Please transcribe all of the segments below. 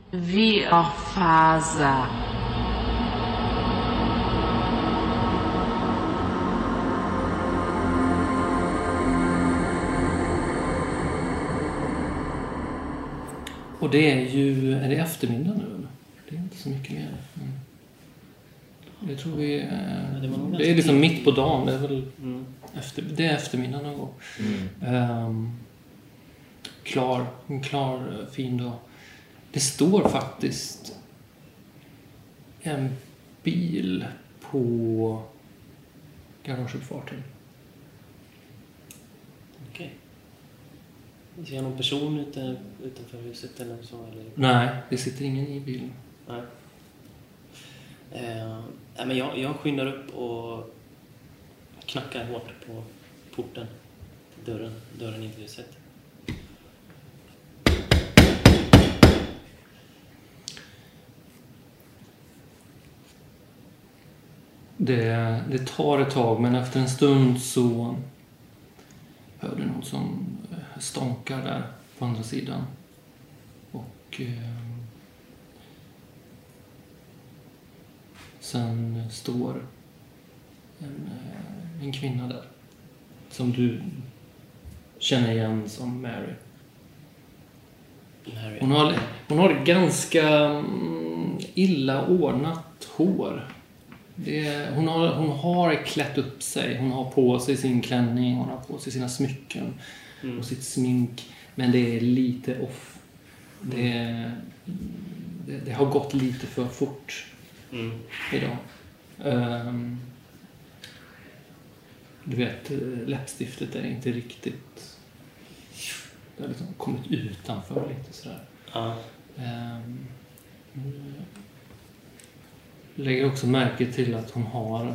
VR-fasa. Och det är det eftermiddag nu eller? Det är inte så mycket mer. Det tror vi det är liksom mitt på dagen. Det är väl det är eftermiddag någon gång. En klar fin dag. Det står faktiskt en bil på garageuppfarten. Okej. Ser jag någon person utanför huset eller så? Eller? Nej, det sitter ingen i bilen. Nej. Men jag skyndar upp och knackar hårt på porten till dörren in till huset. Det tar ett tag, men efter en stund så hör du någon som stånkar där på andra sidan. Och sen står en kvinna där som du känner igen som Mary. Hon har ganska illa ordnat hår. Hon har klätt upp sig. Hon har på sig sin klänning. Hon har på sig sina smycken och sitt smink. Men det är lite off. Det har gått lite för fort idag. Du vet, läppstiftet är inte riktigt... Det har liksom kommit utanför lite sådär. Lägger också märke till att hon har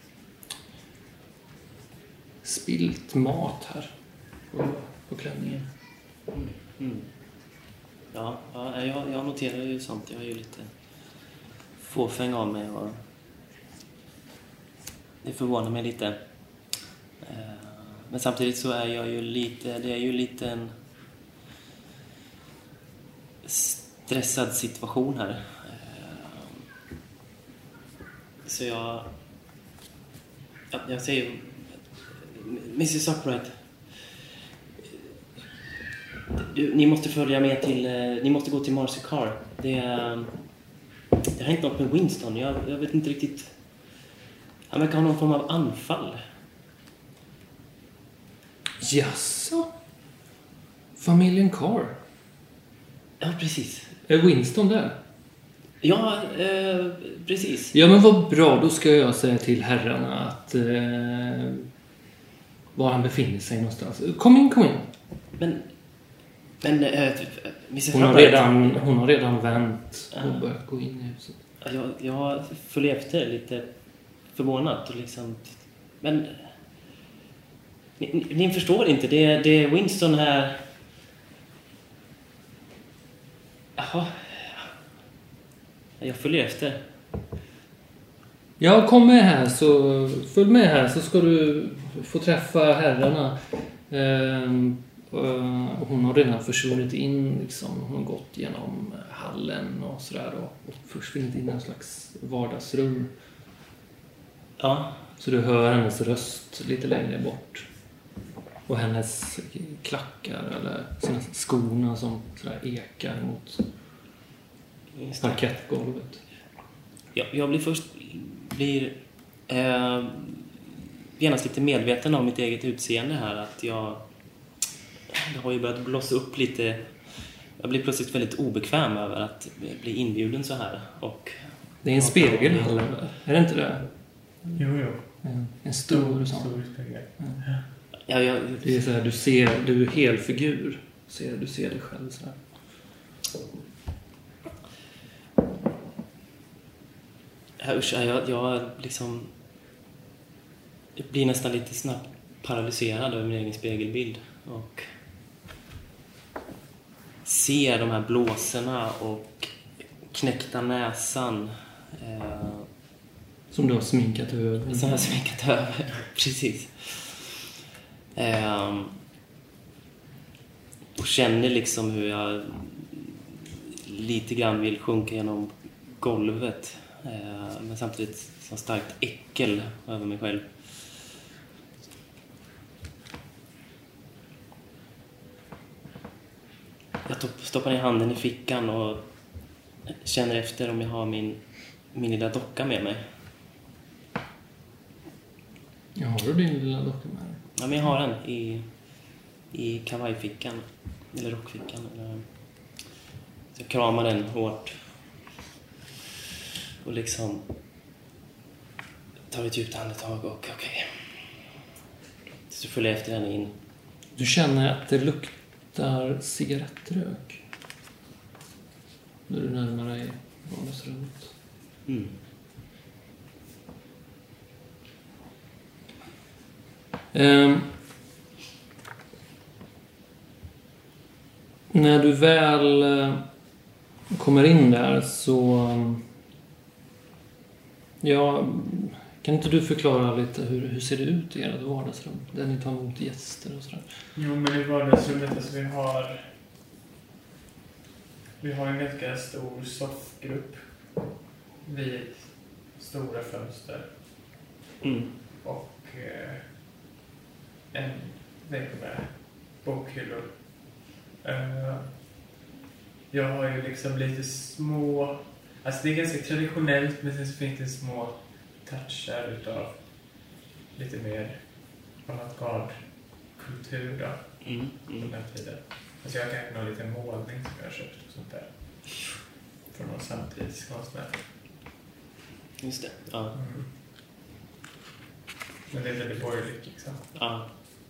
spilt mat här på klänningen. Ja, jag noterar ju sånt. Jag är ju lite fåfäng av mig och det förvånar mig lite. Men samtidigt så är jag ju lite, det är ju lite en stressad situation här. Så jag säger Mrs. Upright, ni måste följa med till, ni måste gå till Marcy Carr. Det har hänt något med Winston. Jag vet inte riktigt. Han verkar ha någon form av anfall. Jaså? Familjen Carr? Ja, precis. Är Winston där? Ja, precis. Ja, men vad bra. Då ska jag säga till herrarna att var han befinner sig någonstans. Kom in. Men Mrs. Hon har redan vänt och börjat gå in i huset. Jag följer efter lite förvånat och liksom. Men ni förstår inte. Det är Winston här. Jaha. Jag följer efter. Ja, följ med här så ska du få träffa herrarna. Och hon har redan försvunnit in liksom. Hon har gått genom hallen och sådär och försvunnit in i en slags vardagsrum. Ja. Så du hör hennes röst lite längre bort. Och hennes klackar eller sina skorna som sådär ekar mot parkettgolvet. Jag blir genast lite medveten om mitt eget utseende här. Att det har ju börjat blossa upp lite. Jag blir plötsligt väldigt obekväm över att bli inbjuden så här. Och det är en spegel i hallen där. Är det inte det? Jo. En stor spegel. Ja, det är så här, du är helfigur. Du ser dig själv så här. Jag liksom blir nästan lite snabbt paralyserad över min egen spegelbild och ser de här blåsorna och knäckta näsan som du har sminkat över. Som jag har sminkat över, precis. Och känner liksom hur jag lite grann vill sjunka genom golvet. Men samtidigt så starkt äckel över mig själv. Jag stoppar ner handen i fickan och känner efter om jag har min lilla docka med mig. Ja, har du din lilla docka med dig? Ja, men jag har den i kavajfickan. Eller rockfickan. Så jag kramar den hårt. Och liksom tar ett djupt andetag och okej. Så följer jag efter henne in. Du känner att det luktar cigarettrök när du närmar dig vardagsrummet. Mm. När du väl kommer in där så... Ja, kan inte du förklara lite hur ser det ut i ert vardagsrum? Där ni tar emot gäster och sådär. Jo, men i vardagsrummet alltså vi har en ganska stor soffgrupp vid stora fönster. Mm. Och en vägg med bokhyllor. Jag har ju liksom lite små... Alltså det är ganska traditionellt, men sen så finns det små touchar utav lite mer avantgarde-kultur då. På den här tiden. Alltså jag har kanske någon liten målning som jag har köpt och sånt där. Från någon samtidskonstnär. Just det, ja. Mm. Men det är väldigt borgerligt liksom. Ja.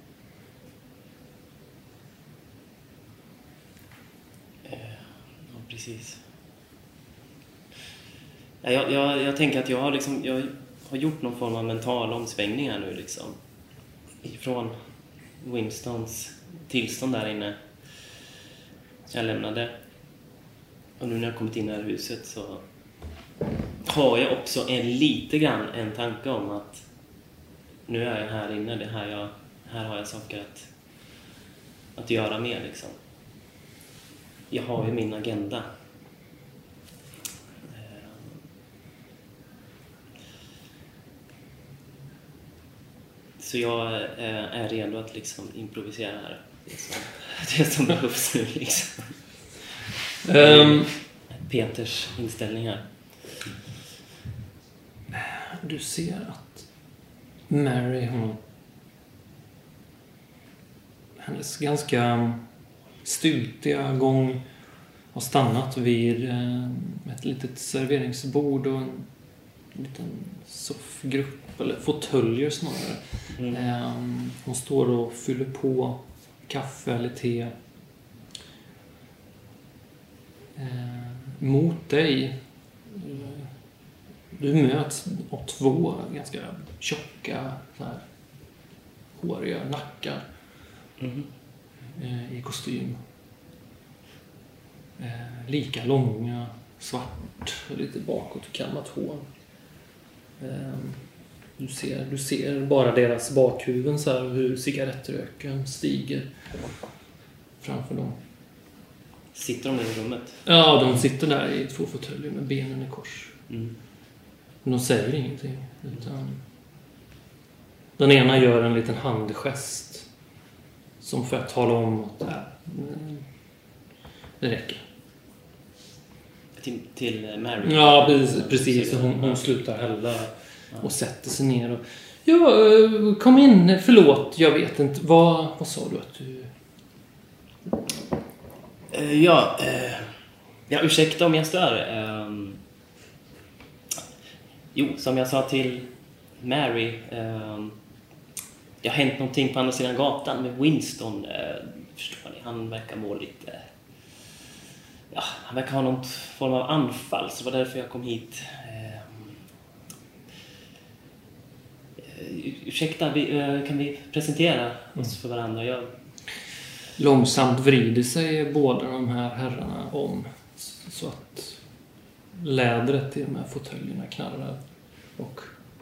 Ja, precis. Ja, jag tänker att jag har gjort någon form av mental omsvängning här nu liksom. Ifrån Winstons tillstånd där inne som jag lämnade. Och nu när jag kommit in i det här huset så har jag också lite grann en tanke om att nu är jag här inne, här har jag saker att göra med liksom. Jag har ju min agenda. Så jag är redo att liksom improvisera här. Det som behövs nu liksom. Peters inställningar. Du ser att Mary, hennes ganska styltiga gång har stannat vid ett litet serveringsbord och en liten soffgrupp, eller fåtöljer snarare. Hon står och fyller på kaffe eller te. Mot dig du möts av två ganska tjocka så här, håriga nackar i kostym. Lika långa, svart, lite bakåt kammat hår. Du ser bara deras bakhuvuden så här, hur cigarettröken stiger framför dem. Sitter de i rummet? Ja, de sitter där i två fåtöljer med benen i kors. Mm. Men de säger ingenting. Utan den ena gör en liten handgest som för att tala om att det räcker. Till Mary? Ja, precis. Hon slutar hälla och sätter sig ner. Och, ja, kom in. Förlåt, jag vet inte. Vad sa du att du... Ja, ursäkta om jag stör. Jo, som jag sa till Mary, det har hänt någonting på andra sidan gatan med Winston. Förstår ni, han verkar må lite... Ja, han verkar ha någon form av anfall, så det var därför jag kom hit. Ursäkta, kan vi presentera oss för varandra? Långsamt vrider sig båda de här herrarna om så att lädret i de här fåtöljerna knarrar och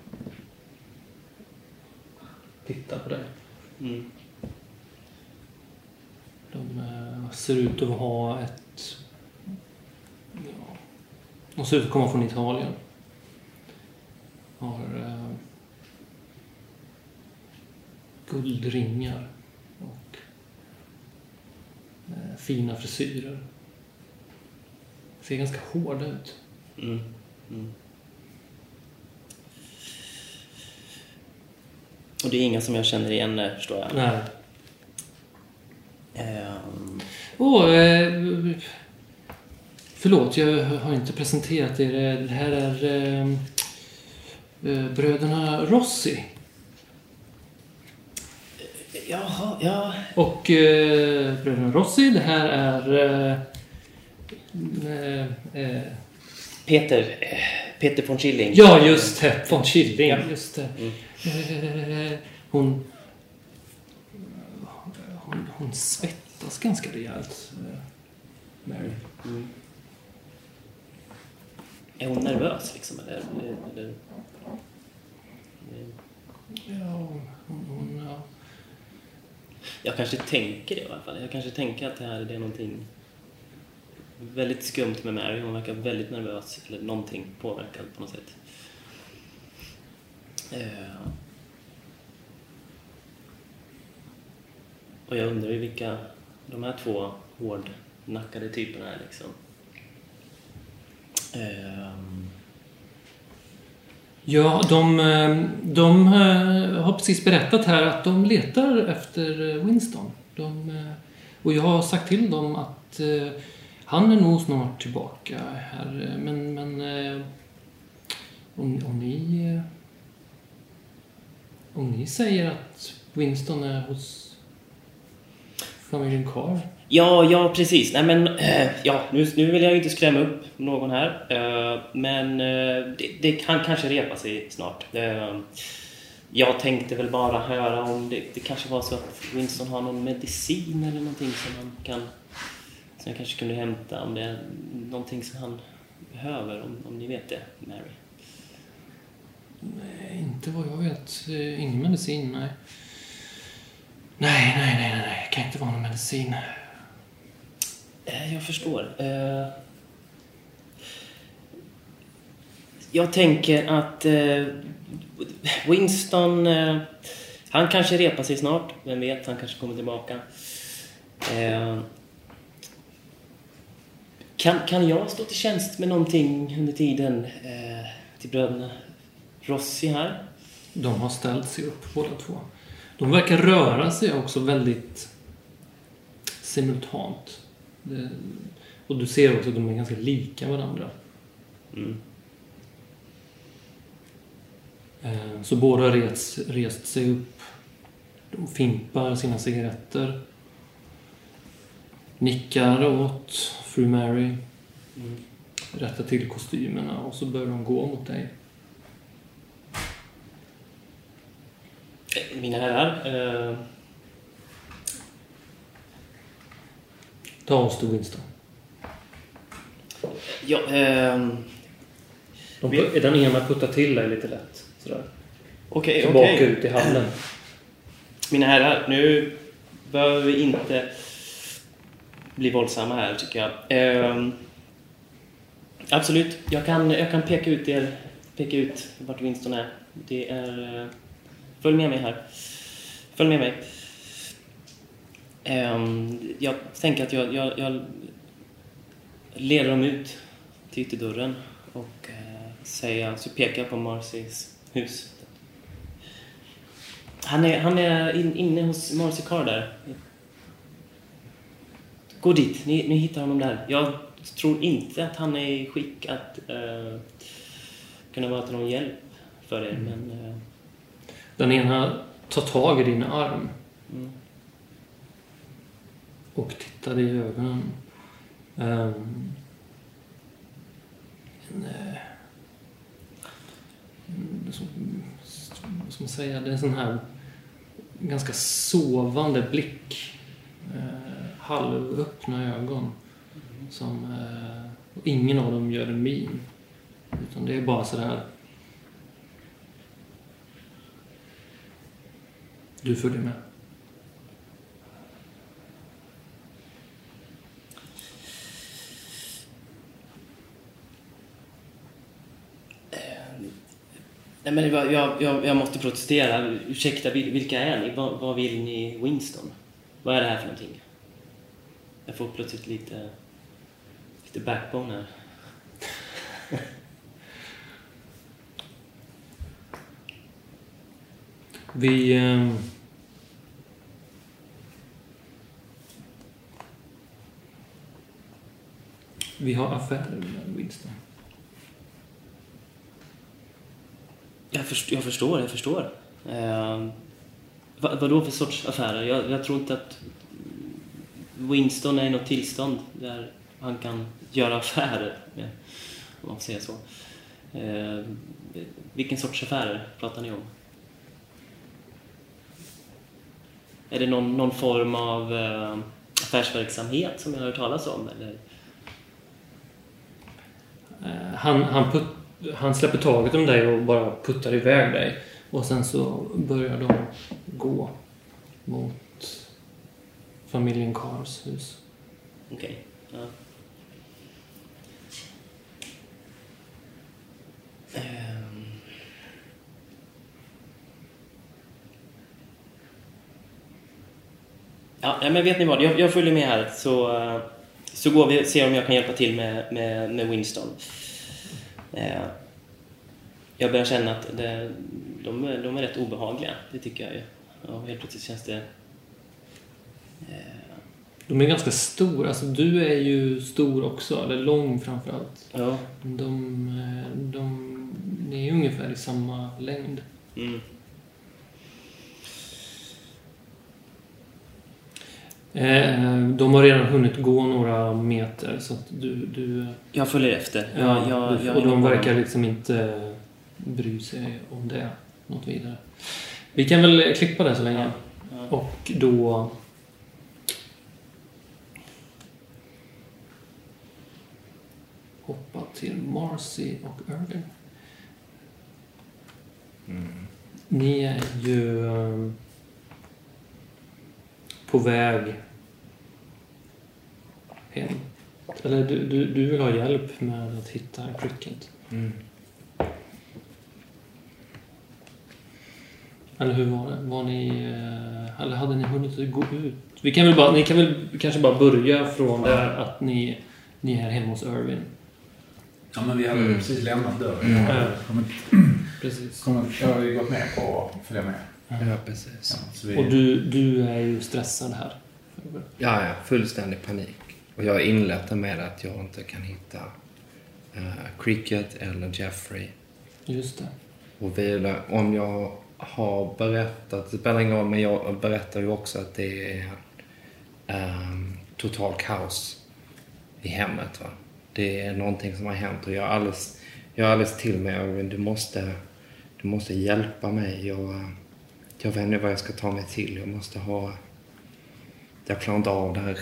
tittar på dig. Mm. De ser ut att ha ett Och ser ut att komma från Italien. Har guldringar och fina frisyrer. Ser ganska hårda ut. Mm. Och det är inga som jag känner igen där, förstår jag. Nej. Förlåt, jag har inte presenterat er. Det här är bröderna Rossi. Jaha, ja. Och bröderna Rossi, det här är Peter von Schilling. ja, just det, von Schilling. Ja. Just det. Hon svettas ganska rejält, Mary. Mm. Är hon nervös liksom? Eller? Ja. Jag kanske tänker det i alla fall. Jag kanske tänker att det här är någonting väldigt skumt med Mary. Hon verkar väldigt nervös. Eller någonting påverkad på något sätt. Och jag undrar ju vilka de här två hårdnackade typerna är liksom. Ja, de har precis berättat här att de letar efter Winston. Och jag har sagt till dem att han är nog snart tillbaka här. Men om ni säger att Winston är hos familjen Carr. Ja, precis. Nej, men nu vill jag ju inte skrämma upp någon här. Men det kan kanske repa sig snart. Jag tänkte väl bara höra om det kanske var så att Winston har någon medicin eller någonting som jag kanske kunde hämta, om det är någonting som han behöver, om ni vet det, Mary. Nej, inte vad jag vet. Ingen medicin, nej. Nej. Det kan inte vara någon medicin. Jag förstår. Jag tänker att Winston, han kanske repar sig snart. Vem vet, han kanske kommer tillbaka. Kan jag stå till tjänst med någonting under tiden till bröderna Rossi här? De har ställt sig upp båda två. De verkar röra sig också väldigt simultant. Och du ser också att de är ganska lika varandra. Mm. Så båda har rest sig upp. De fimpar sina cigaretter. Nickar åt fru Mary. Rättar till kostymerna och så börjar de gå mot dig. Mina herrar, Ta oss till Winston. ja, Den ena puttar till dig lite lätt. Sådär. okej. Tillbaka ut i hallen. Mina herrar, nu behöver vi inte bli våldsamma här, tycker jag. Absolut, jag kan peka ut vart Winston är. Det är... Följ med mig här. Följ med mig. Jag tänker att jag leder dem ut till ytterdörren och så pekar jag på Marcys hus. Han är inne hos Marcy Carr där. Gå dit, ni hittar honom där. Jag tror inte att han är i skick att kunna vara till någon hjälp för er, men... Den ena tar tag i din arm. Och tittar i ögonen. Vad ska man säga? Det är en sån här ganska sovande blick. Halvöppna ögon. Som ingen av dem gör en min. Utan det är bara så där. Du följer med. Nej, men jag måste protestera. Ursäkta, vilka är ni? Vad vill ni Winston? Vad är det här för någonting? Jag får plötsligt lite backbone här. Vi har affärer med Winston. Jag förstår. Vad då för sorts affärer? Jag tror inte att Winston är i något tillstånd där han kan göra affärer med, om man får säga så. Vilken sorts affärer pratar ni om? Är det någon form av affärsverksamhet som jag har hört talas om? Eller? Han släpper taget om dig och bara puttar iväg dig. Och sen så börjar de gå mot familjen Carrs hus. Okej. Ja. Ja, men vet ni vad? Jag följer med här så går vi och ser om jag kan hjälpa till med Winston. Jag börjar känna att de är rätt obehagliga. Det tycker jag ju. Och helt plötsligt känns det... De är ganska stora. Alltså, du är ju stor också. Eller lång framförallt. Ja. Ni är ungefär i samma längd. Mm. De har redan hunnit gå några meter. Så att du Jag följer efter. och de verkar liksom inte bry sig om det något vidare. Vi kan väl klippa det så länge. Ja. Och då hoppa till Marcy och Irving. Ni är ju på väg hem. Eller du vill ha hjälp med att hitta Cricket. Eller hur var det? Var ni eller hade ni hunnit gå ut? Ni kan väl kanske bara börja från där att ni är hemma hos Irving. Ja, men vi hade precis lämnat dörren. Precis. Jag har ju gått med på att följa med. Ja, precis. Ja, Och du är ju stressad här. Ja, fullständig panik. Och jag har inlett det med att jag inte kan hitta Cricket eller Jeffrey. Just det. Och om jag har berättat, det spelar ingen roll, men jag berättar ju också att det är total kaos i hemmet. Va? Det är någonting som har hänt och jag är alldeles till mig. Du måste hjälpa mig. Jag vet inte vad jag ska ta mig till. Jag klarar inte av det här.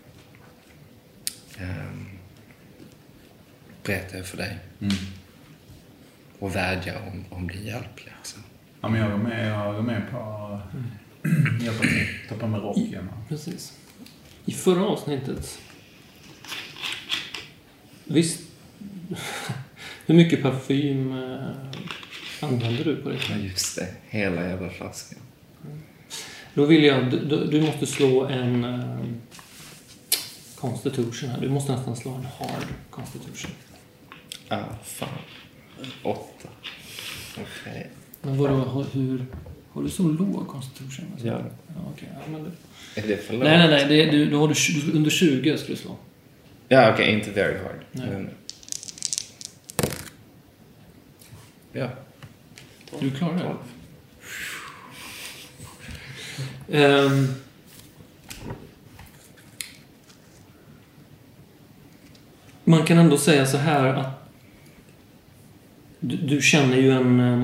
Berättar jag för dig. Och vädja om din hjälp. Liksom. Ja, men jag går med på att hjälpa till. Ta på mig rocken. Precis. I förra avsnittet. Visst. Hur mycket parfym använder du på det? Ja, just det. Hela jävla flaskan. Då vill jag... Du måste slå en Constitution här. Du måste nästan slå en hard Constitution. Fan. 8. Okej. Men vadå, hur... Har du så låg Constitution? Alltså? Ja. Okej. Ja, men Är det för lågt? Nej. Då har du under 20 skulle du slå. Ja, okej. Inte very hard. Nej. Men... Ja. Du klarar det? 12. Man kan ändå säga så här att du känner ju en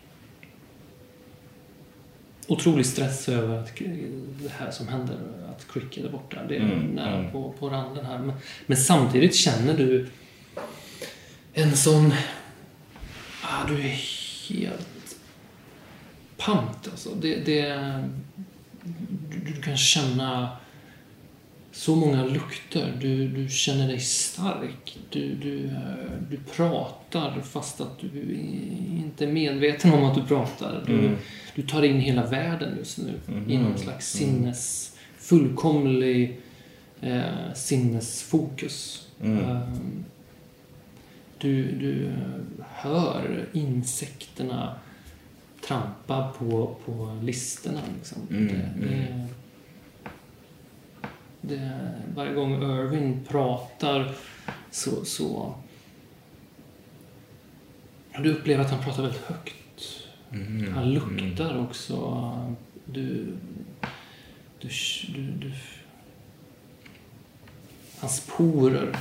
otrolig stress över att det här som händer, att Cricket är borta. Det är nära på randen här. Men samtidigt känner du en sån... du är helt pant alltså. Du kan känna så många lukter. Du känner dig stark. Du pratar fast att du inte är medveten om att du pratar. Du tar in hela världen just nu i någon slags fullkomlig sinnesfokus. Du hör insekterna trampa på listerna. Liksom. Varje gång Irving pratar så du upplever att han pratar väldigt högt. Han luktar också. Hans porer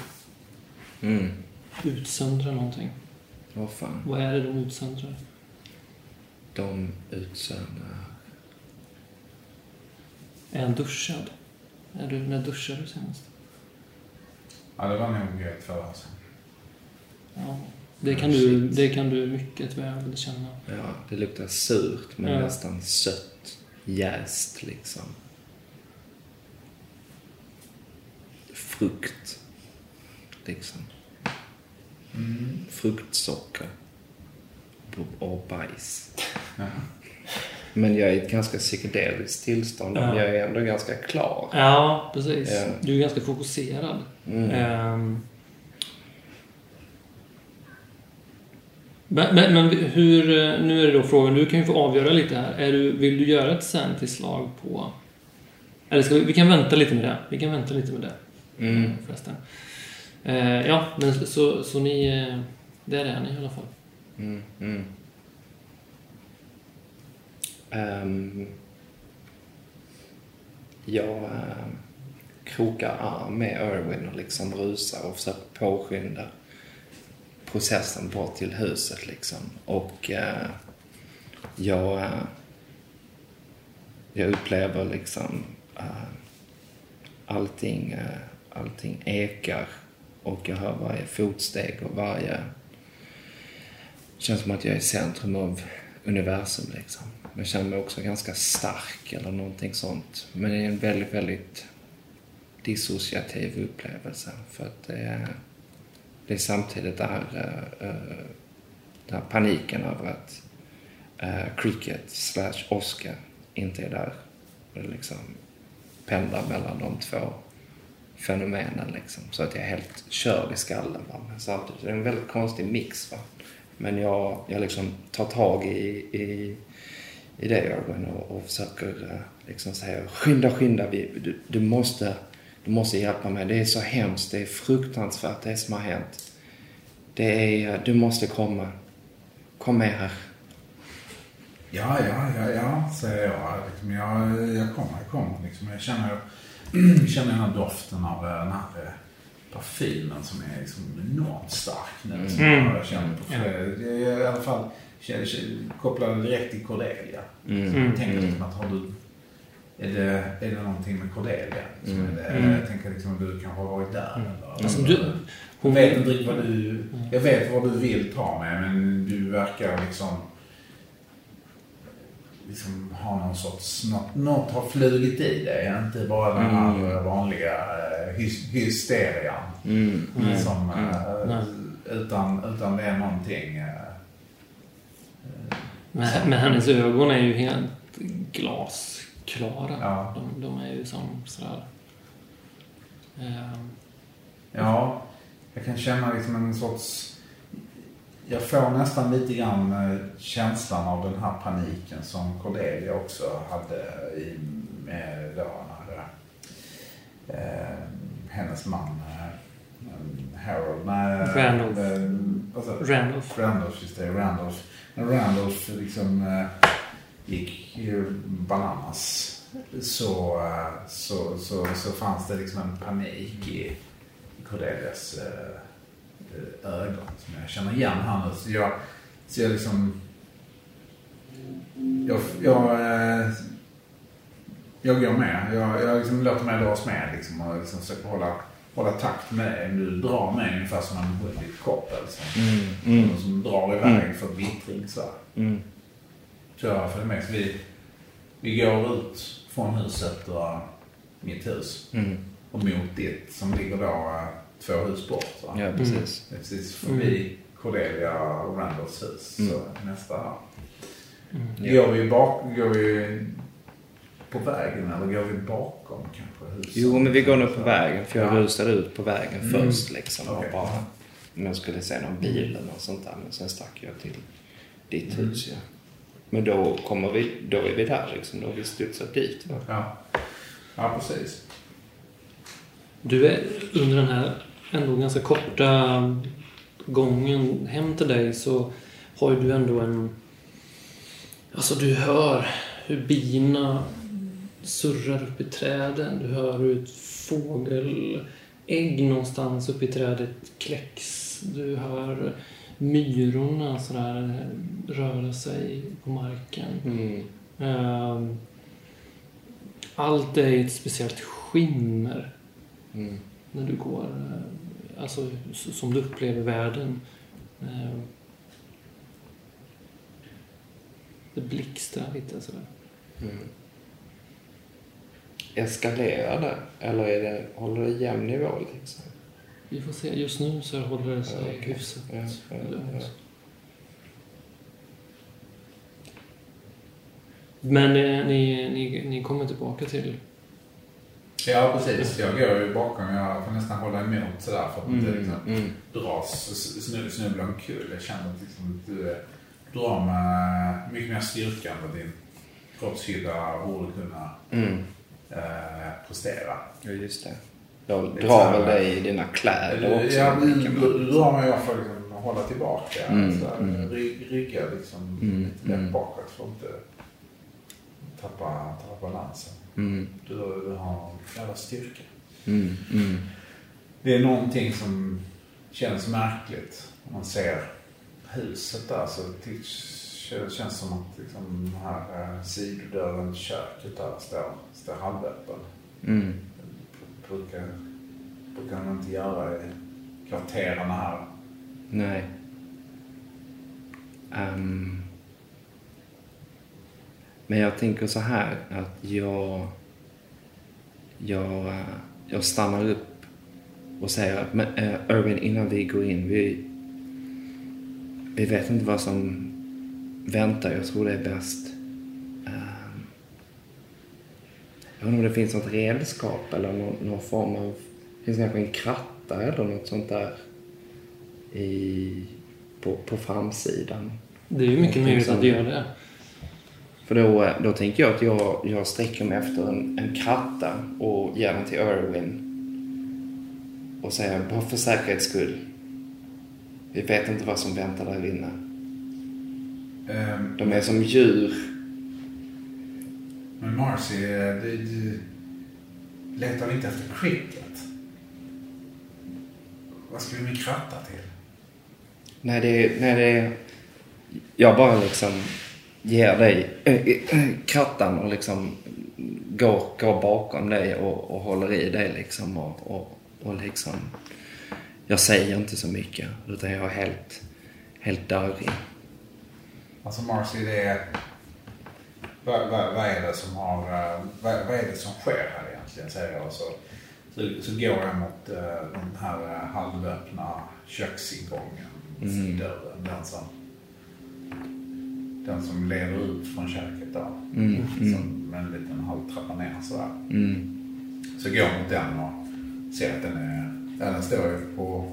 utsöndrar någonting. Vad fan? Vad är det de utsöndrar? De utsöndrar... Är han duschad? När duschade du senast? Ja, det var nog 2 år sedan. Ja, det kan du mycket väl känna. Ja, det luktar surt men nästan sött. Jäst liksom. Frukt. Liksom. Fruktsocker. Och bajs. Men jag är i ett ganska psykedeliskt tillstånd. Men jag är ändå ganska klar. Ja, precis. Du är ganska fokuserad. Men hur... Nu är det då frågan. Du kan ju få avgöra lite här. Vill du göra ett sanity-slag på... Eller vi kan vänta lite med det. Förresten. Ja, men så ni... Det är ni i alla fall. Jag krokar arm med Irwin och liksom rusar och försöker påskynda processen bort till huset liksom. Och jag upplever liksom allting ekar och jag hör varje fotsteg och varje... Det känns som att jag är i centrum av universum liksom. Jag känner mig också ganska stark eller någonting sånt. Men det är en väldigt, väldigt dissociativ upplevelse. För att det är samtidigt den här paniken över att Cricket / Oscar inte är där. Det liksom pendlar mellan de två fenomenen liksom. Så att jag är helt körd i skallen. Va? Men samtidigt är det en väldigt konstig mix. Va? Men jag liksom tar tag i det ögonen och försöker liksom säga skynda, du måste hjälpa mig. Det är så hemskt, det är fruktansvärt det som har hänt. Du måste komma. Kom med här. Ja, säger jag. Liksom, jag kommer. Liksom. Jag känner den här doften av den här parfymen som är liksom enormt stark nu. Som jag känner på det är i alla fall kopplade direkt till Cordelia. Jag tänker liksom att är det någonting med Cordelia? Jag tänker liksom att du kanske har varit där. Alltså, hon vet inte riktigt vad jag vet vad du vill ta med, men du verkar liksom ha någon sorts... Något har flugit i dig. Inte bara den här vanliga hysterian. Utan det är någonting... Men hennes ögon är ju helt glasklara. Ja. De är ju som sådär... Ja, jag kan känna liksom en sorts... Jag får nästan lite grann känslan av den här paniken som Cordelia också hade med då när hennes man Harold. Randolph liksom gick bananas. Så fanns det liksom en panik i Cordelias ögon som jag känner igen här nu. Så jag liksom jag går med. Jag liksom låter mig dras med liksom, och liksom försöker hålla takt med. Du drar med ungefär som en hund i ett koppel som drar iväg för vittring så. Så jag för det mest vi går ut från huset och mitt hus. och mot ditt som ligger då 2 hus bort. Va? Ja, precis. Det är precis förbi Cordelia och Randalls hus. Så nästa där. Går vi på vägen eller går vi bakom kanske huset? Jo, men vi går nog på vägen. För jag rusade ut på vägen först liksom. Okay. Och bara, om jag skulle se någon bil eller något sånt där. Men sen stack jag till ditt hus. Ja. Men då är vi där liksom. Då har vi studsat dit. Va? Ja, precis. Du är under den här ändå ganska korta gången hem till dig så har ju du ändå alltså du hör hur bina surrar upp i träden. Du hör hur ett fågelägg någonstans upp i trädet kläcks. Du hör myrorna sådär röra sig på marken. Allt är i ett speciellt skimmer när du går, alltså som du upplever världen. Det blixtrar lite sådär. Eskalerar det? Eller håller det jämn nivå liksom? Vi får se. Just nu så håller det sig hyfsat. Men ni kommer tillbaka till... Ja, precis. Jag går ju bakom. Jag får nästan hålla emot sådär för att inte liksom snubbla omkull. Jag känner att liksom, du drar med mycket mer styrka än vad din kroppshydda borde kunna prestera. Ja, just det. Jag drar väl dig i dina kläder också. Ja, du drar mig för att liksom, hålla tillbaka. Rygga liksom lite lätt bakåt för att inte tappa balansen. Du har jävla styrka. Det är någonting som känns märkligt. Om man ser huset där så det känns som att liksom, den här sidodörren till köket där står halvöppen. Brukar man inte göra i kvarterarna här. Nej. Men jag tänker så här att jag stannar upp och säger att Irwin, innan vi går in, vi vet inte vad som väntar. Jag tror det är bäst. Jag undrar om det finns något redskap eller någon form av, finns det kanske en kratta eller något sånt där på framsidan. Det är ju mycket möjligt att göra det. För då tänker jag att jag sträcker mig efter en kratta och ger den till Irwin. Och säger, bara för säkerhets skull. Vi vet inte vad som väntar där inne. De är som djur. Men Marcy, du letar inte efter cricket. Vad ska vi med kratta till? Nej, det är... Jag bara liksom ger dig krattan och liksom går bakom dig och håller i dig liksom och liksom... Jag säger inte så mycket utan jag är helt darrig. Alltså Marcy, det är... Vad är det som har... Vad är det som sker här egentligen, säger jag. Så går jag mot den här halvöppna köksingången. Dörren, den som leder ut från köket där. Som en liten halvtrappa ner sådär. Så går jag mot den och ser att den står ju på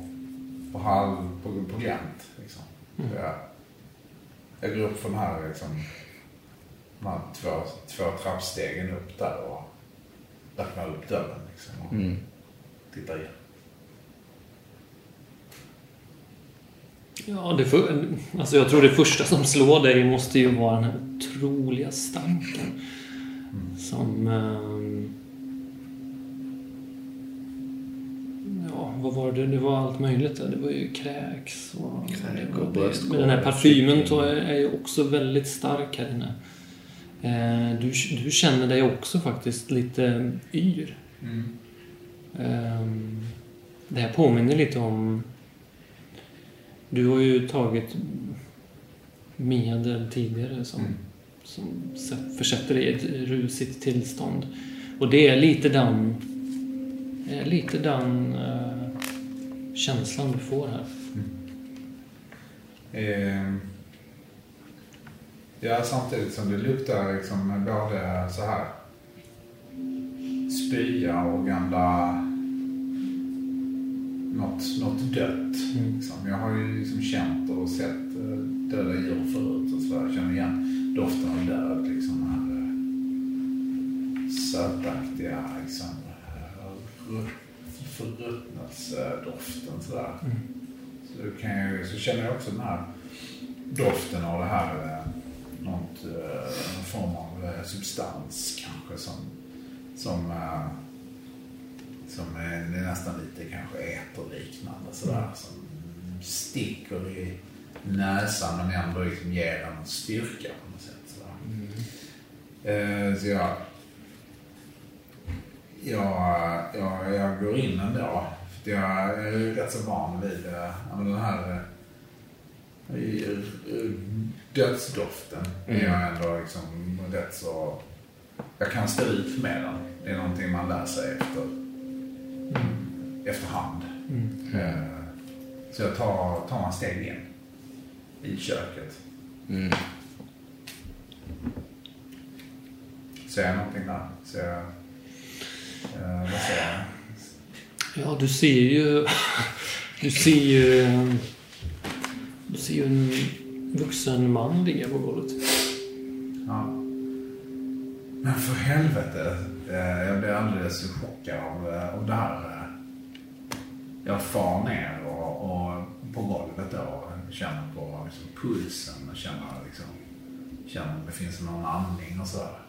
glänt liksom. Jag går upp från här liksom, de här två trappstegen upp där och öppnar upp dörren liksom och tittar in. Ja, alltså jag tror det första som slår dig måste ju vara den här otroliga stanken. Som... vad var det? Det var allt möjligt. Det var ju kräks och men den här parfymen är ju också väldigt stark här inne. Du känner dig också faktiskt lite yr. Det här påminner lite om... Du har ju tagit medel tidigare som försätter dig i ett rusigt tillstånd. Och det är lite den Det är lite den känslan du får här. Ja, samtidigt som det luktar liksom både så här spya och gamla något dött. Liksom. Jag har ju liksom känt och sett döda djur förut och så jag känner igen doften av död, liksom här sötaktiga liksom förruttnelsdoften sådär. Så känner jag också den här doften av det här någon form av substans kanske som är nästan lite kanske äterliknande sådär, som sticker i näsan men ändå liksom ger en styrka på något sätt sådär. Så jag går in ändå, för jag är rätt så van vid den här dödsdoften. Jag ändå liksom rätt så, jag kan stå ut med den. Det är någonting man lär sig efterhand. Så jag tar en steg in i köket. Ser jag någonting där? Vad ser jag? Ja, du ser ju en vuxen man ligga på golvet. Ja. Men för helvete, jag blir alldeles chockad av det här. Jag far ner och på golvet då och känner på liksom pulsen och känner om det finns någon andning och sådär.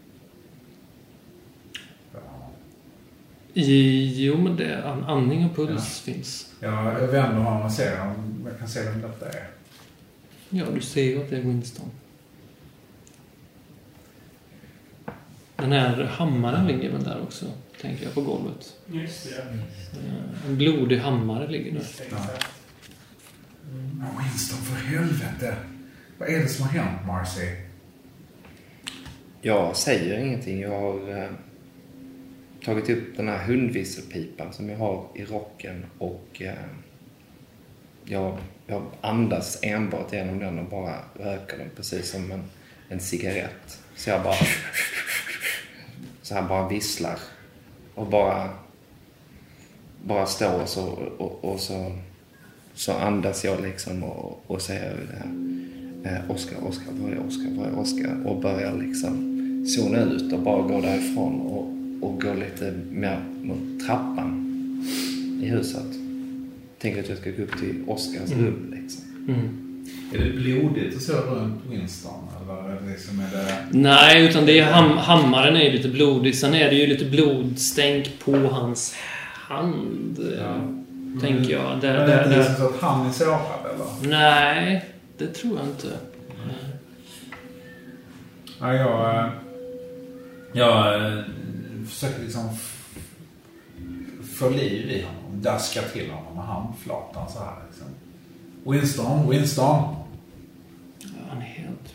Jo, men andning och puls finns. Ja, jag vänder mig och ser om jag kan se vem detta är. Ja, du ser ju att det är Winston. Den här hammaren ligger väl där också, tänker jag, på golvet. Just det. En blodig hammare ligger där. Men Winston, för helvete. Vad är det som har hänt, Marcy? Jag säger ingenting. Jag har tagit upp den här hundvisselpipan som jag har i rocken och jag andas enbart genom den och bara röker den precis som en cigarett. Så jag bara visslar och bara står och så andas jag liksom och säger det här. Oskar, var är Oskar? Och börjar liksom zona ut och bara gå därifrån och gå lite mer mot trappan i huset. Tänker att jag ska gå upp till Oskars rum liksom. Är det blodigt och så runt Winston? Eller liksom är det... Nej, utan det är hammaren är lite blodig. Sen är det ju lite blodstänk på hans hand. Ja. Tänker jag. Men det är liksom så att han är sårad, eller? Nej, det tror jag inte. Ja, jag försöker liksom få liv i honom. Daska till honom med handflatan så här liksom. Winston! Ja, han är helt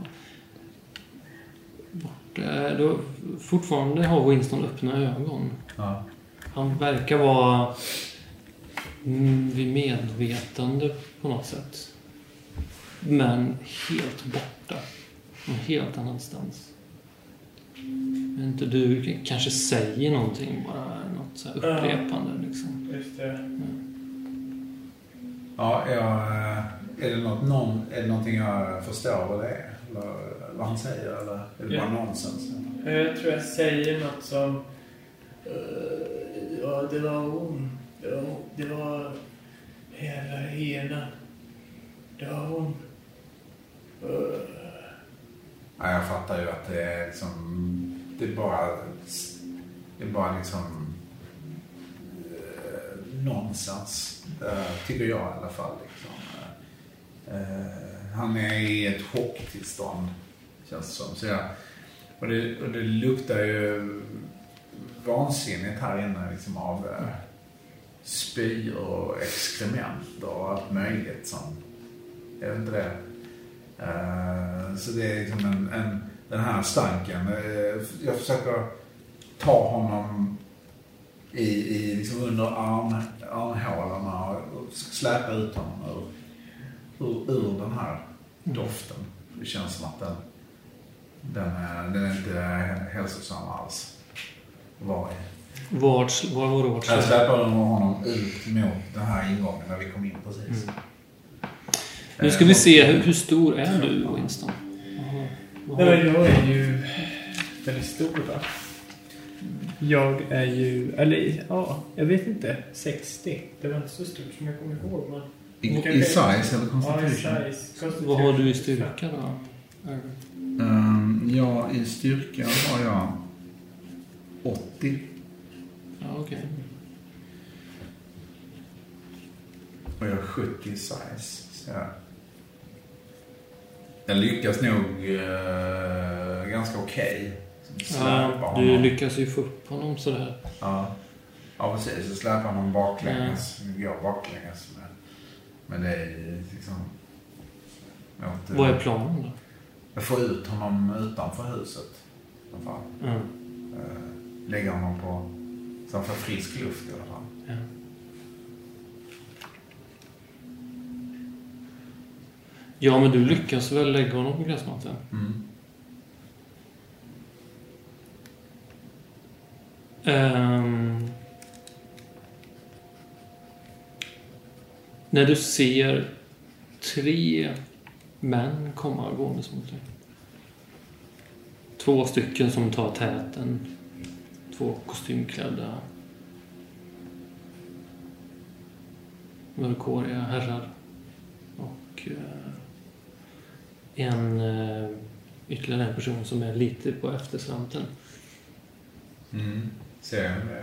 borta. Då fortfarande har Winston öppna ögon. Ja. Han verkar vara vid medvetande på något sätt. Men helt borta. En helt annanstans. Men inte du kanske säger någonting, bara något så här upprepande liksom. Just det. Ja, är det någonting jag förstår vad det är? Eller vad han säger? Eller är det bara nonsens? Jag tror jag säger något som ja, det var hon. Det var hela. Det var hon. Ja, jag fattar ju att det är liksom, det är bara liksom nonsens, tycker jag i alla fall liksom. Han är i ett chocktillstånd, känns det som. Så och det luktar ju vansinnigt här inne liksom, av spy och exkrement och allt möjligt som, jag vet inte det. Så det är liksom den här stanken. Jag försöker ta honom i liksom under armhålorna och släpa ut honom ur den här doften. Det känns som att den är inte hälsosam alls. Var var det vart? Jag släpar honom ut mot den här ingången när vi kom in precis. Nu ska vi se, hur stor är du, Winston? Nej, men jag är ju väldigt stor då. Jag är ju, eller ja, jag vet inte, 60. Det var inte så stort som jag kommer ihåg. Men I size eller constitution? Ja, i size. Vad har du i styrka då? Ja, i styrka har jag 80. Ja, okej. Och jag har 70 i size. Så jag lyckas nog ganska okej. Ja, du lyckas ju få upp honom sådär. Ja, precis. Så släpar honom baklänges. Går baklänges. Men det är liksom... Vad är planen då? Jag får ut honom utanför huset. I alla fall. Lägga honom på... Så för frisk luft i alla fall. Ja. Ja, men du lyckas väl lägga honom på gräsmattan? När du ser 3 män komma gåendes mot dig. 2 stycken som tar täten. 2 kostymklädda mörkhåriga herrar. Och ytterligare en person som är lite på efterslanten. Ser jag det?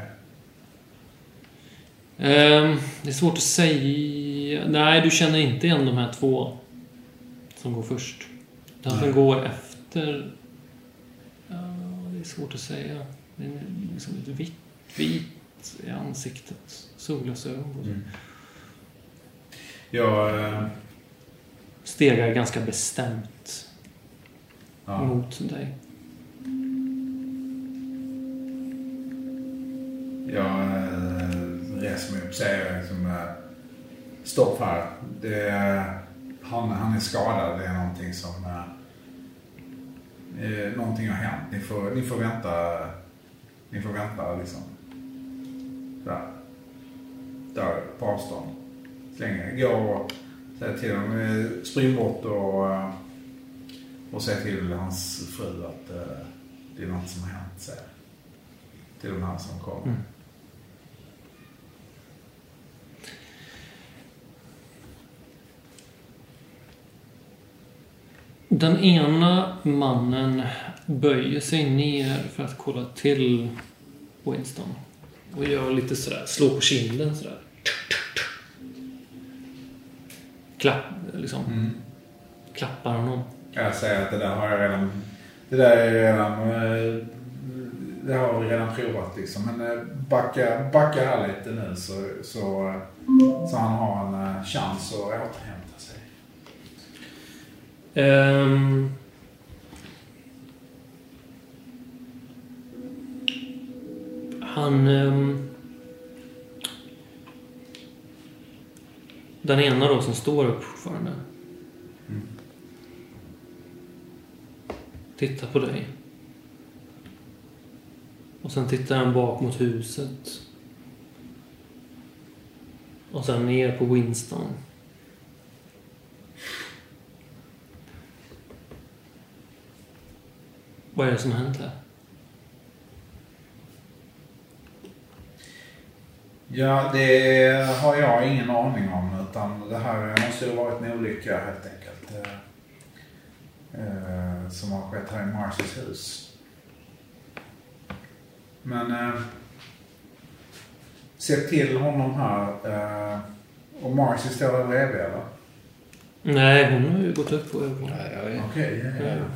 Det är svårt att säga. Nej, du känner inte igen de här 2 som går först. Den som går efter... Ja, det är svårt att säga. Det är liksom ett vit i ansiktet. Solglasögon. Jag... Stegar ganska bestämt mot dig. Jag reser mig upp och säger liksom, stopp här. Han är skadad. Det är någonting som... någonting har hänt. Ni får vänta liksom. Där på avstånd. Gå och säga till dem. Spring bort och säga till hans fru att det är något som har hänt. Säger. Till de här som kommer. Den ena mannen böjer sig ner för att kolla till Winston. Och gör lite sådär, slår på kinden sådär. Klappar honom. Jag säger att det där har jag redan... Det har vi redan provat liksom. Men backa här lite nu så han har en chans att återhämta sig. Den ena då som står upp fortfarande. Tittar på dig. Och sen tittar han bak mot huset. Och sen ner på Winston. Vad är det som har hänt här? Ja, det har jag ingen aning om. Utan det här måste ju ha varit en olycka helt enkelt. Som har skett här i Marcys hus. Men se till honom här. Och Marcy står där bredvid, eller? Nej, hon har ju gått upp på ögonen. Okej,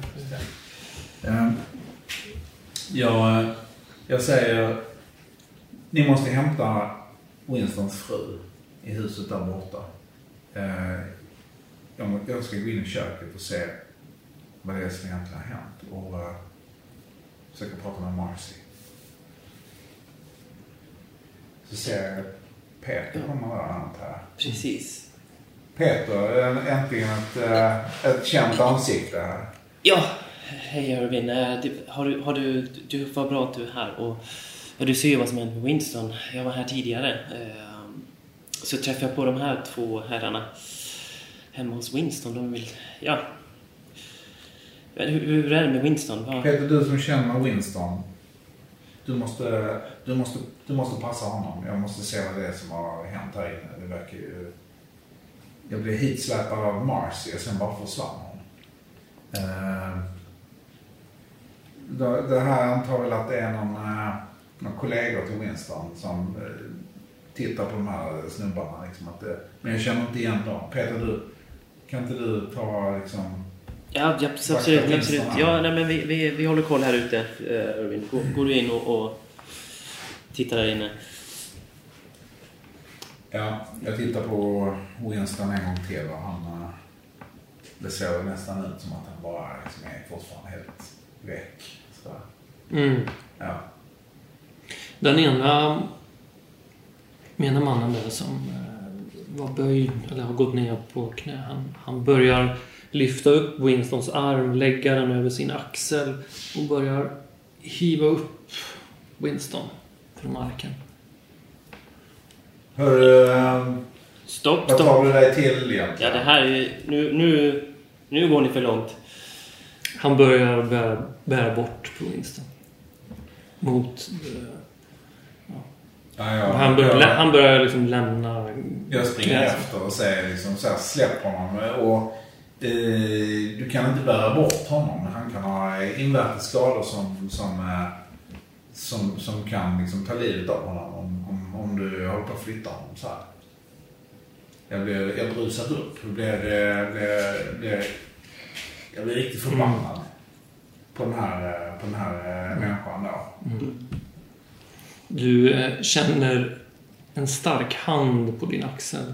jag säger, ni måste hämta Winstons fru i huset där borta. Jag ska gå in i köket och se vad det är som egentligen har hänt och försöka prata med Marcy. Så ser jag Peter kommer där, antar jag. Precis. Peter, äntligen ett känt ansikte här. Ja, hej Irvin. Du var bra att du är här. Och du ser ju vad som hände med Winston. Jag var här tidigare. Så träffade jag på de här 2 herrarna hemma hos Winston. De vill... Ja. Hur är det med Winston? Peter, du som känner Winston. Du måste passa honom. Jag måste se vad det är som har hänt här inne. Det verkar ju... Jag blev hitsläpad av Marcy och sen bara försvann hon. Det här antar väl att det är någon kollegor till Winston som tittar på de här snubbarna. Liksom, men jag känner inte igen dem. Peter, kan inte du ta liksom... Ja, absolut. Ja, nej, men vi håller koll här ute, Irvin. Går du in och tittar där inne? Ja, jag tittar på Winston en gång till och det ser nästan ut som att han bara liksom är fortfarande helt väck. Så. Ja. Den ena mannen där som var böjd eller har gått ner på knä, han börjar lyfta upp Winstons arm, lägga den över sin axel och börjar hiva upp Winston från marken. Stopp. Vad tar du dig till egentligen? Ja, det här är nu går ni för långt. Han börjar bära bort på Winston mot han börjar liksom lämna. Jag springer efter och säger liksom så här, släpp honom och du kan inte bära bort honom. Han kan ha invärtes skador som kan liksom ta livet av honom om du håller på att flytta honom så här. Jag blir rusat upp. Jag blir riktigt förbannad på den här människan då. Du känner en stark hand på din axel.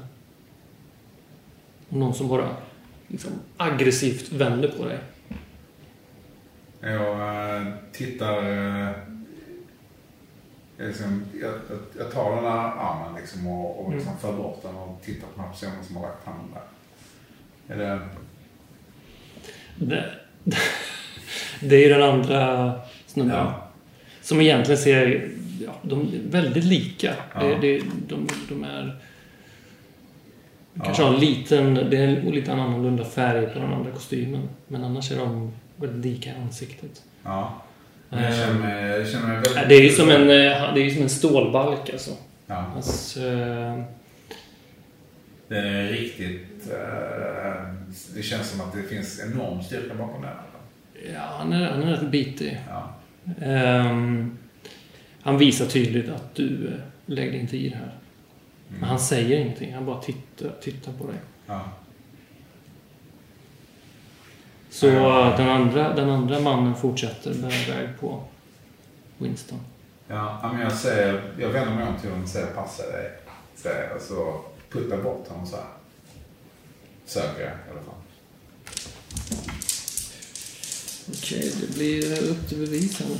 Någon som bara liksom aggressivt vänder på dig. Jag tittar... Jag tar den här armen liksom och liksom för bort den och tittar på den här personen som har lagt handen där. Är det är ju den andra snubben. Ja. Som egentligen ser... Ja, de är väldigt lika. Ja. De är... Kanske har en liten... Det är en lite annorlunda färg på den andra kostymen. Men annars är de väldigt lika i ansiktet. Ja. Jag känner mig väldigt... Det är ju som en stålbalk alltså. Ja. Alltså, det är riktigt... det känns som att det finns enorm styrka bakom det. Ja, han är rätt bitig. Ja. Han visar tydligt att du lägger inte i det här. Men han säger ingenting. Han bara tittar på dig. Ja. Så den andra mannen fortsätter bära iväg på Winston. Ja, men jag vänder mig om till honom och säger passa dig. Och så puttar bort honom så här. Söker jag i alla fall. Okej, det blir upp till bevisande.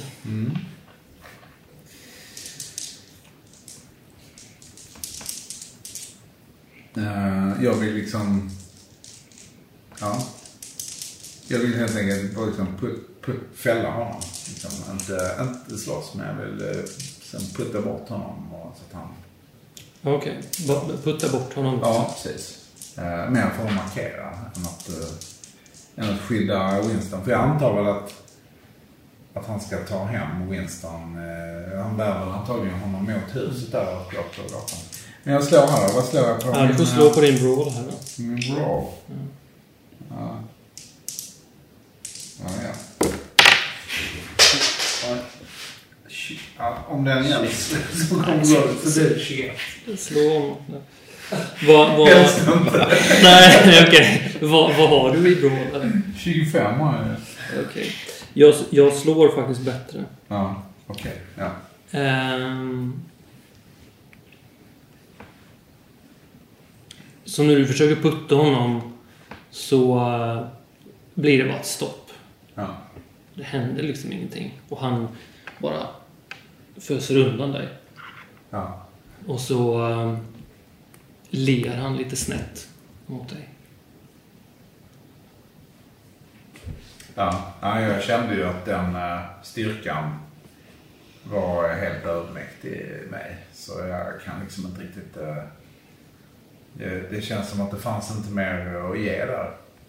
Jag vill liksom... Ja. Jag vill helt enkelt bara liksom fälla honom. Liksom, inte slåss, men jag vill sen putta bort honom. Och så att han... Okej, putta bort honom. Ja, precis. Mer för att markera än att skydda Winston. För jag antar väl att han ska ta hem Winston. Han bär väl antagligen honom mot huset där och på gatan. Men jag slår här. Vad slår jag på? Ja, du får slå på din brawl här då. Min brawl? Ja. Ja, om den gälls så kommer det så det 21. Slå om. Nej, okej. Vad har du i brawl? 25 har jag. Okej. Jag slår faktiskt bättre. Ja, okej. Ja. Så när du försöker putta honom så blir det bara ett stopp. Ja. Det händer liksom ingenting. Och han bara föser undan dig. Ja. Och så ler han lite snett mot dig. Ja, jag kände ju att den styrkan var helt övermäktig mig. Så jag kan liksom inte riktigt... Det känns som att det fanns inte mer att ge där.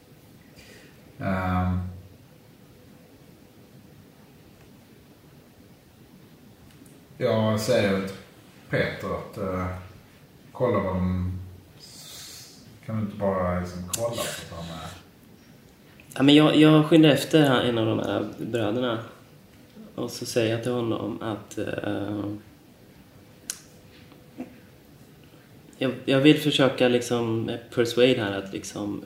Jag säger till Peter att kolla vad de... Kan du inte bara liksom kolla så att han är... Ja, men jag skyndar efter en av de här bröderna. Och så säger jag till honom att... jag vill försöka liksom persuade här att liksom...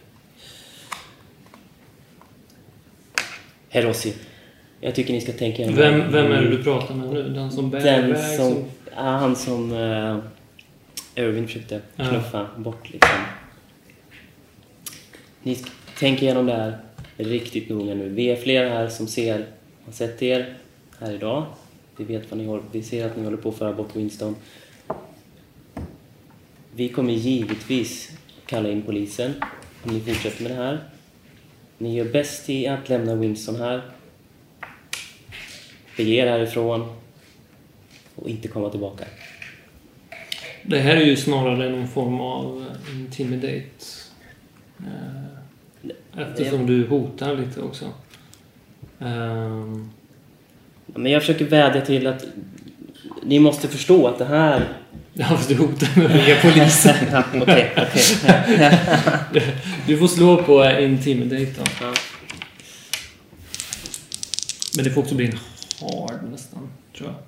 Herr Rossi, jag tycker ni ska tänka igenom... Vem är det du pratar med nu? Den som bär iväg? Han som Irvin försökte knuffa bort liksom. Ni ska tänka igenom det här riktigt noga nu. Vi är flera här som har sett er här idag. Vi vet vi ser att ni håller på att föra bort Winston. Vi kommer givetvis kalla in polisen om ni fortsätter med det här. Ni gör bäst i att lämna Winston här. Bege er härifrån och inte komma tillbaka. Det här är ju snarare någon form av intimidate. Eftersom du hotar lite också. Men jag försöker vädja till att ni måste förstå att det här... Ja, fast du hotar med att ringa polisen. Okej. Du får slå på intimidate då. Ja. Men det får också bli en hard nästan, tror jag.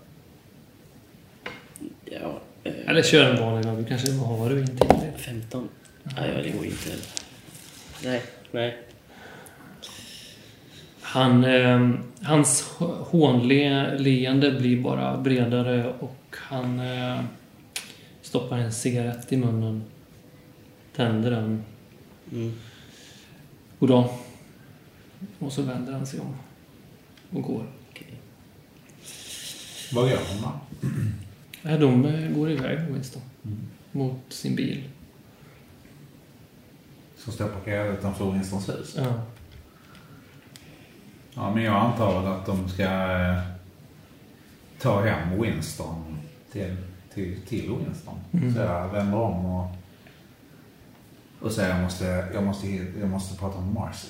Ja, eller kör en vanlig då. Du kanske har du intimidate. 15. Nej, det går inte. Nej. Hans hånleende blir bara bredare och han stoppar en cigarett i munnen, tänder den. Goddag. Och så vänder han sig om och går. Okay. Vad gör hon då? Ja, de går iväg Winston mot sin bil. Som står parkerad utanför Winstons hus? Ja. Ja, men jag antar att de ska ta hem Winston till Winston. Så jag vänder om och säger jag måste prata med Marcy.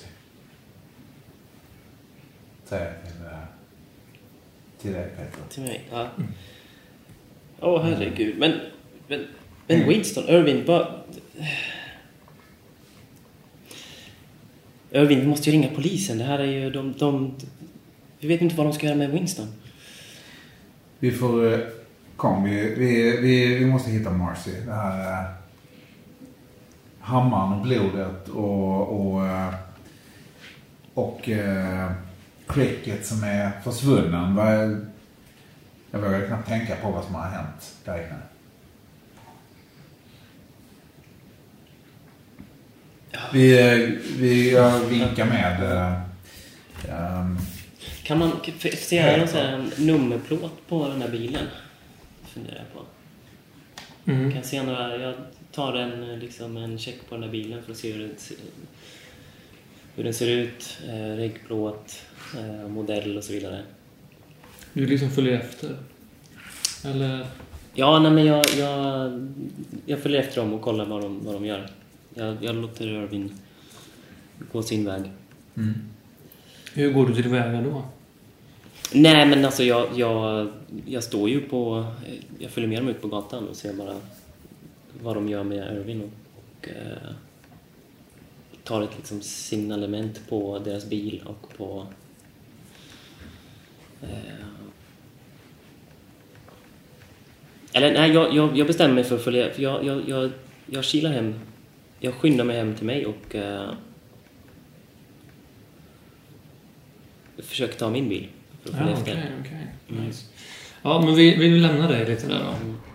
Säger till dig, Peter. Till mig, ja. Herregud. Men Winston, Irvin, Irvin, vi måste ju ringa polisen. Det här är ju vi vet inte vad de ska göra med Winston. Vi får vi måste hitta Marcy. Det här hammaren och blodet och Cricket som är försvunnen. Jag vågar knappt tänka på vad som har hänt där inne. Jag vinkar med. Kan man se någon sån här nummerplåt på den här bilen? Funderar jag på. Kan jag se några? Jag tar en check på den här bilen för att se hur den ser ut, reggplåt, modell och så vidare. Du liksom följer efter? Eller? Ja, nej, men jag följer efter dem och kollar vad de gör. Jag låter Irvin gå sin väg. Hur går du till väga då? Nej, men alltså jag står ju jag följer med dem ut på gatan och ser bara vad de gör med Irvin och tar ett liksom signalement på deras bil och på eller nej, jag bestämmer mig för att följa, för jag kilar hem. Jag skyndar mig hem till mig och försöker ta min bil för att följa efter. Okej. Nice. Ja, men vi lämnar dig lite där då.